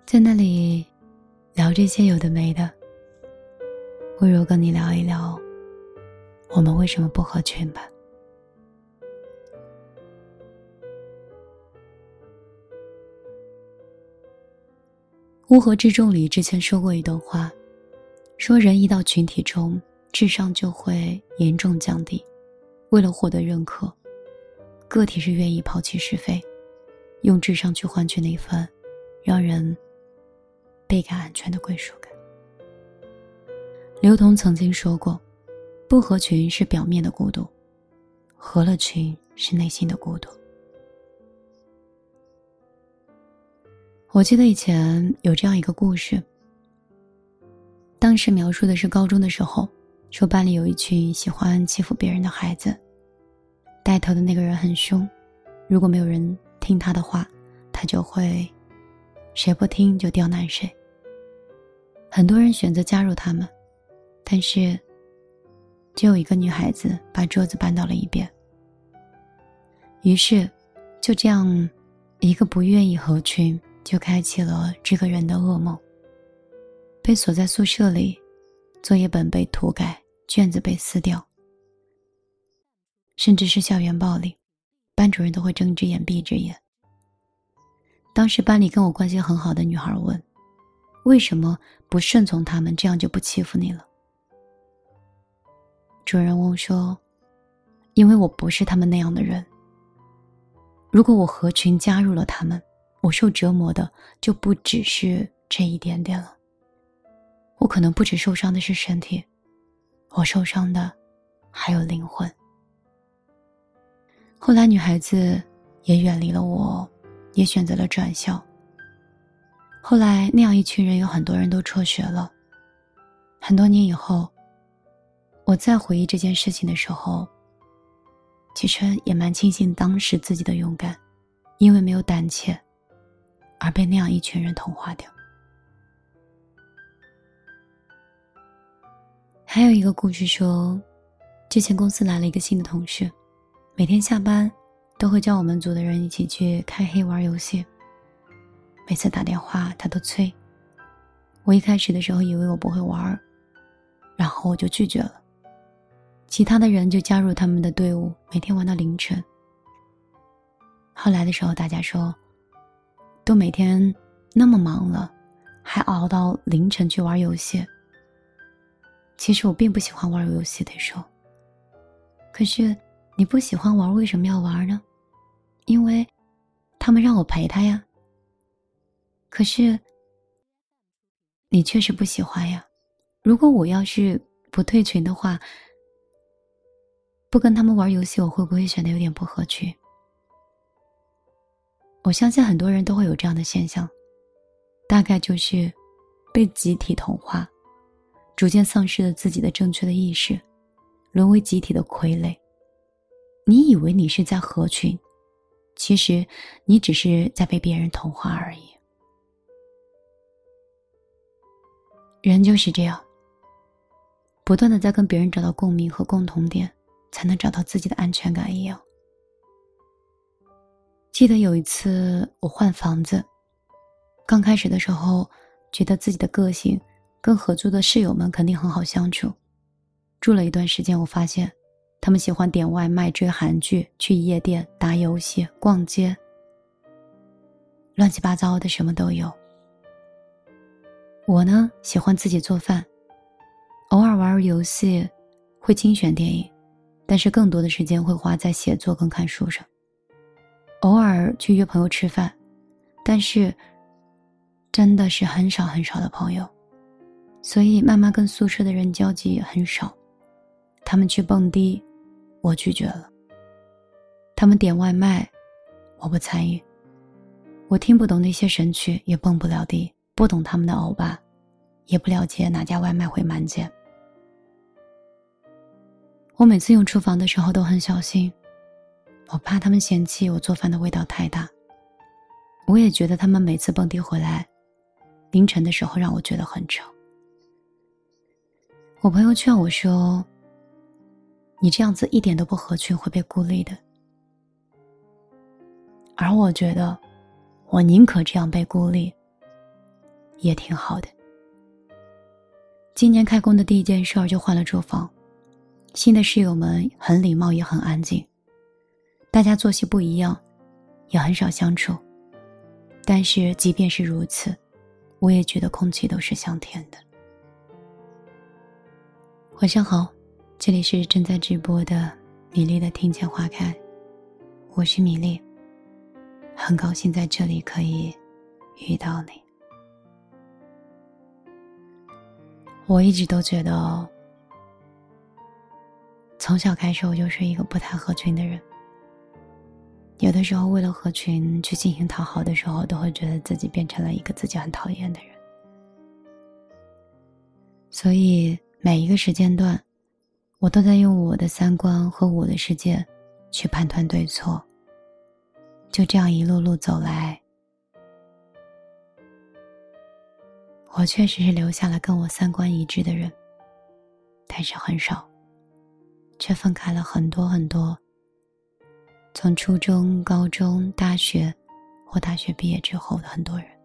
在那里聊这些有的没的，不如跟你聊一聊我们为什么不合群吧。乌合之众里之前说过一段话，说人一到群体中，智商就会严重降低。为了获得认可，个体是愿意抛弃是非，用智商去换取那份让人倍感安全的归属感。刘同曾经说过，不合群是表面的孤独，合了群是内心的孤独。我记得以前有这样一个故事，当时描述的是高中的时候，说班里有一群喜欢欺负别人的孩子，带头的那个人很凶，如果没有人听他的话，他就会谁不听就刁难谁。很多人选择加入他们，但是只有一个女孩子把桌子搬到了一边。于是就这样，一个不愿意合群就开启了这个人的噩梦，被锁在宿舍里，作业本被涂改，卷子被撕掉，甚至是校园暴力，班主任都会睁只眼闭只眼。当时班里跟我关系很好的女孩问，为什么不顺从他们，这样就不欺负你了？主人翁说，因为我不是他们那样的人，如果我合群加入了他们，我受折磨的就不只是这一点点了，我可能不只受伤的是身体，我受伤的还有灵魂。后来女孩子也远离了我，也选择了转校。后来那样一群人有很多人都辍学了。很多年以后，我在回忆这件事情的时候，其实也蛮庆幸当时自己的勇敢，因为没有胆怯而被那样一群人同化掉。还有一个故事说，之前公司来了一个新的同事，每天下班都会叫我们组的人一起去开黑玩游戏。每次打电话他都催，我一开始的时候以为我不会玩，然后我就拒绝了。其他的人就加入他们的队伍，每天玩到凌晨。后来的时候大家说，都每天那么忙了，还熬到凌晨去玩游戏。其实我并不喜欢玩游戏，他说，可是你不喜欢玩，为什么要玩呢？因为他们让我陪他呀。可是你确实不喜欢呀。如果我要是不退群的话，不跟他们玩游戏，我会不会显得有点不合群？我相信很多人都会有这样的现象，大概就是被集体同化，逐渐丧失了自己的正确的意识，沦为集体的傀儡。你以为你是在合群，其实你只是在被别人同化而已。人就是这样，不断地在跟别人找到共鸣和共同点，才能找到自己的安全感一样。记得有一次我换房子，刚开始的时候觉得自己的个性跟合租的室友们肯定很好相处。住了一段时间，我发现他们喜欢点外卖、追韩剧、去夜店、打游戏、逛街，乱七八糟的什么都有。我呢，喜欢自己做饭，偶尔玩游戏，会精选电影，但是更多的时间会花在写作跟看书上。偶尔去约朋友吃饭，但是真的是很少很少的朋友，所以慢慢跟宿舍的人交集也很少。他们去蹦迪，我拒绝了；他们点外卖，我不参与。我听不懂那些神曲，也蹦不了迪，不懂他们的欧巴，也不了解哪家外卖会满减。我每次用厨房的时候都很小心，我怕他们嫌弃我做饭的味道太大。我也觉得他们每次蹦迪回来，凌晨的时候让我觉得很吵。我朋友劝我说，你这样子一点都不合群，会被孤立的。而我觉得，我宁可这样被孤立， 也挺好的。今年开工的第一件事就换了住房，新的室友们很礼貌也很安静，大家作息不一样，也很少相处，但是即便是如此，我也觉得空气都是香甜的。晚上好，这里是正在直播的米粒的听见花开，我是米粒，很高兴在这里可以遇到你。我一直都觉得，从小开始我就是一个不太合群的人，有的时候为了合群去进行讨好的时候，都会觉得自己变成了一个自己很讨厌的人。所以每一个时间段，我都在用我的三观和我的世界去判断对错。就这样一路路走来，我确实是留下了跟我三观一致的人，但是很少，却分开了很多很多。从初中、高中、大学或大学毕业之后的很多人，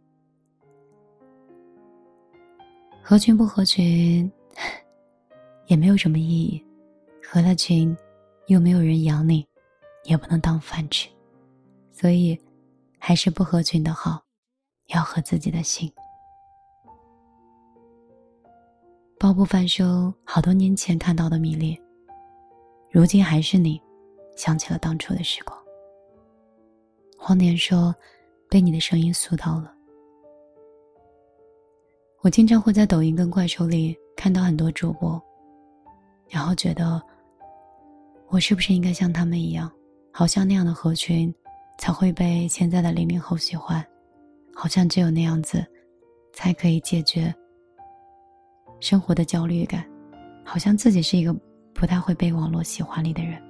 合群不合群也没有什么意义，合了群又没有人养你，也不能当饭吃，所以还是不合群的好，要合自己的心。包不翻收好多年前看到的米粒，如今还是你，想起了当初的时光。荒年说被你的声音塑到了。我经常会在抖音跟快手里看到很多主播，然后觉得我是不是应该像他们一样，好像那样的合群才会被现在的00后喜欢，好像只有那样子才可以解决生活的焦虑感，好像自己是一个不太会被网络喜欢里的人。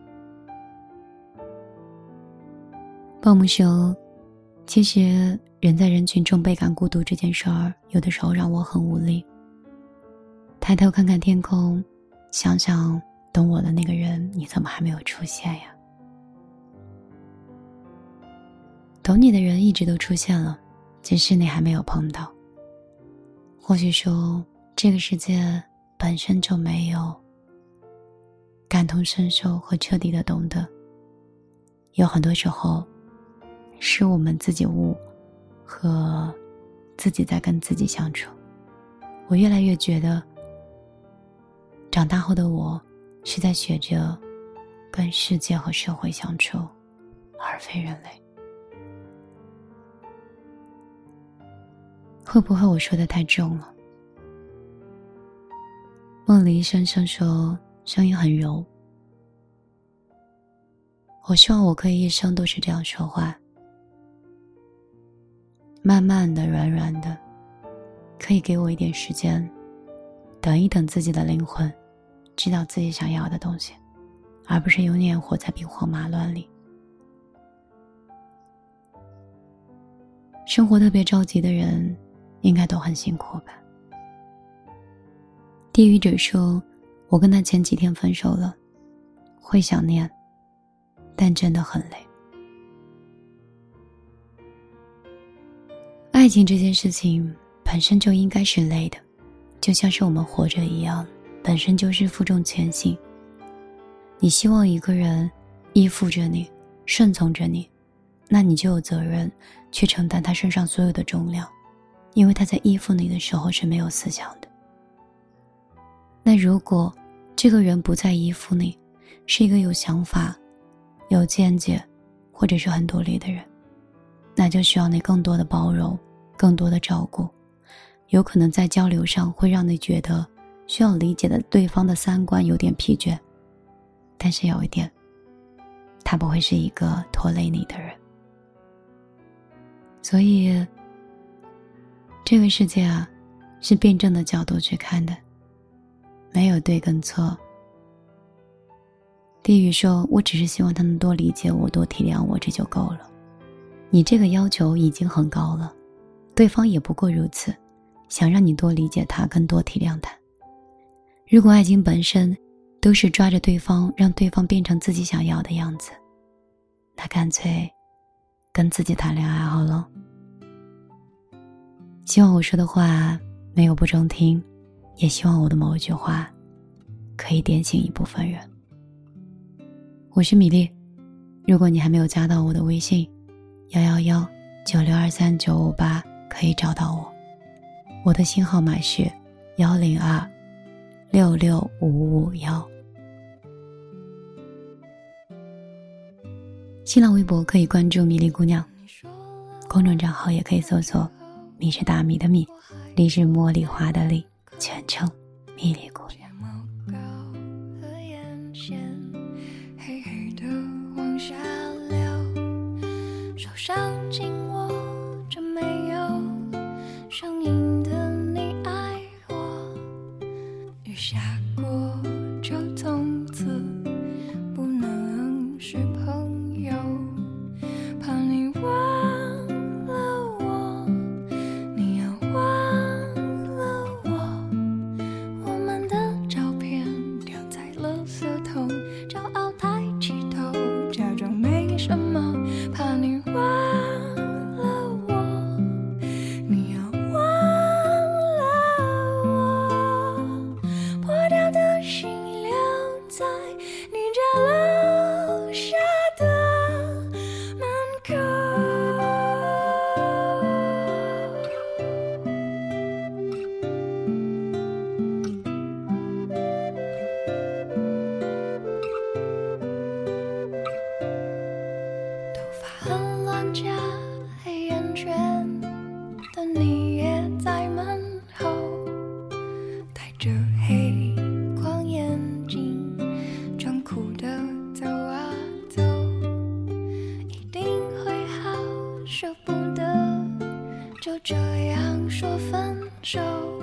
鲍姆说，其实人在人群中倍感孤独这件事儿，有的时候让我很无力。抬头看看天空，想想懂我的那个人，你怎么还没有出现呀？懂你的人一直都出现了，只是你还没有碰到。或许说这个世界本身就没有感同身受和彻底的懂得，有很多时候是我们自己悟和自己在跟自己相处。我越来越觉得，长大后的我是在学着跟世界和社会相处，而非人类。会不会我说的太重了？梦里声声说声音很柔，我希望我可以一生都是这样说话，慢慢的软软的，可以给我一点时间，等一等自己的灵魂知道自己想要的东西，而不是永远活在兵荒马乱里。生活特别着急的人应该都很辛苦吧。地狱者说，我跟他前几天分手了，会想念，但真的很累。爱情这件事情本身就应该是累的，就像是我们活着一样，本身就是负重前行。你希望一个人依附着你，顺从着你，那你就有责任去承担他身上所有的重量，因为他在依附你的时候是没有思想的。那如果这个人不再依附你，是一个有想法、有见解，或者是很独立的人，那就需要你更多的包容，更多的照顾。有可能在交流上会让你觉得需要理解的对方的三观有点疲倦，但是有一点，他不会是一个拖累你的人。所以这个世界啊，是辩证的角度去看的，没有对跟错。地狱说，我只是希望他能多理解我，多体谅我，这就够了。你这个要求已经很高了，对方也不过如此，想让你多理解他，更多体谅他。如果爱情本身都是抓着对方，让对方变成自己想要的样子，那干脆跟自己谈恋爱好了。 希望我说的话没有不中听，也希望我的某一句话可以点醒一部分人。我是米粒，如果你还没有加到我的微信11196239558，可以找到我。我的新号码是10266551。新浪微博可以关注米粒姑娘，公众账号也可以搜索米是大米的米，粒是茉莉花的粒，全称米粒姑娘。 黑黑的往下流，手上紧握着没有声音的你爱我，雨下过就从此不能是朋友，怕你忘了我，你要忘了我，我们的照片丢在垃圾桶，骄傲抬起头，假装没什么，怕你忘了我，你要忘了我，破掉的心留在你家楼下的门口。头发很乱夹，黑眼圈的你也在门后，戴着黑框眼镜，装酷的走啊走，一定会好，舍不得就这样说分手。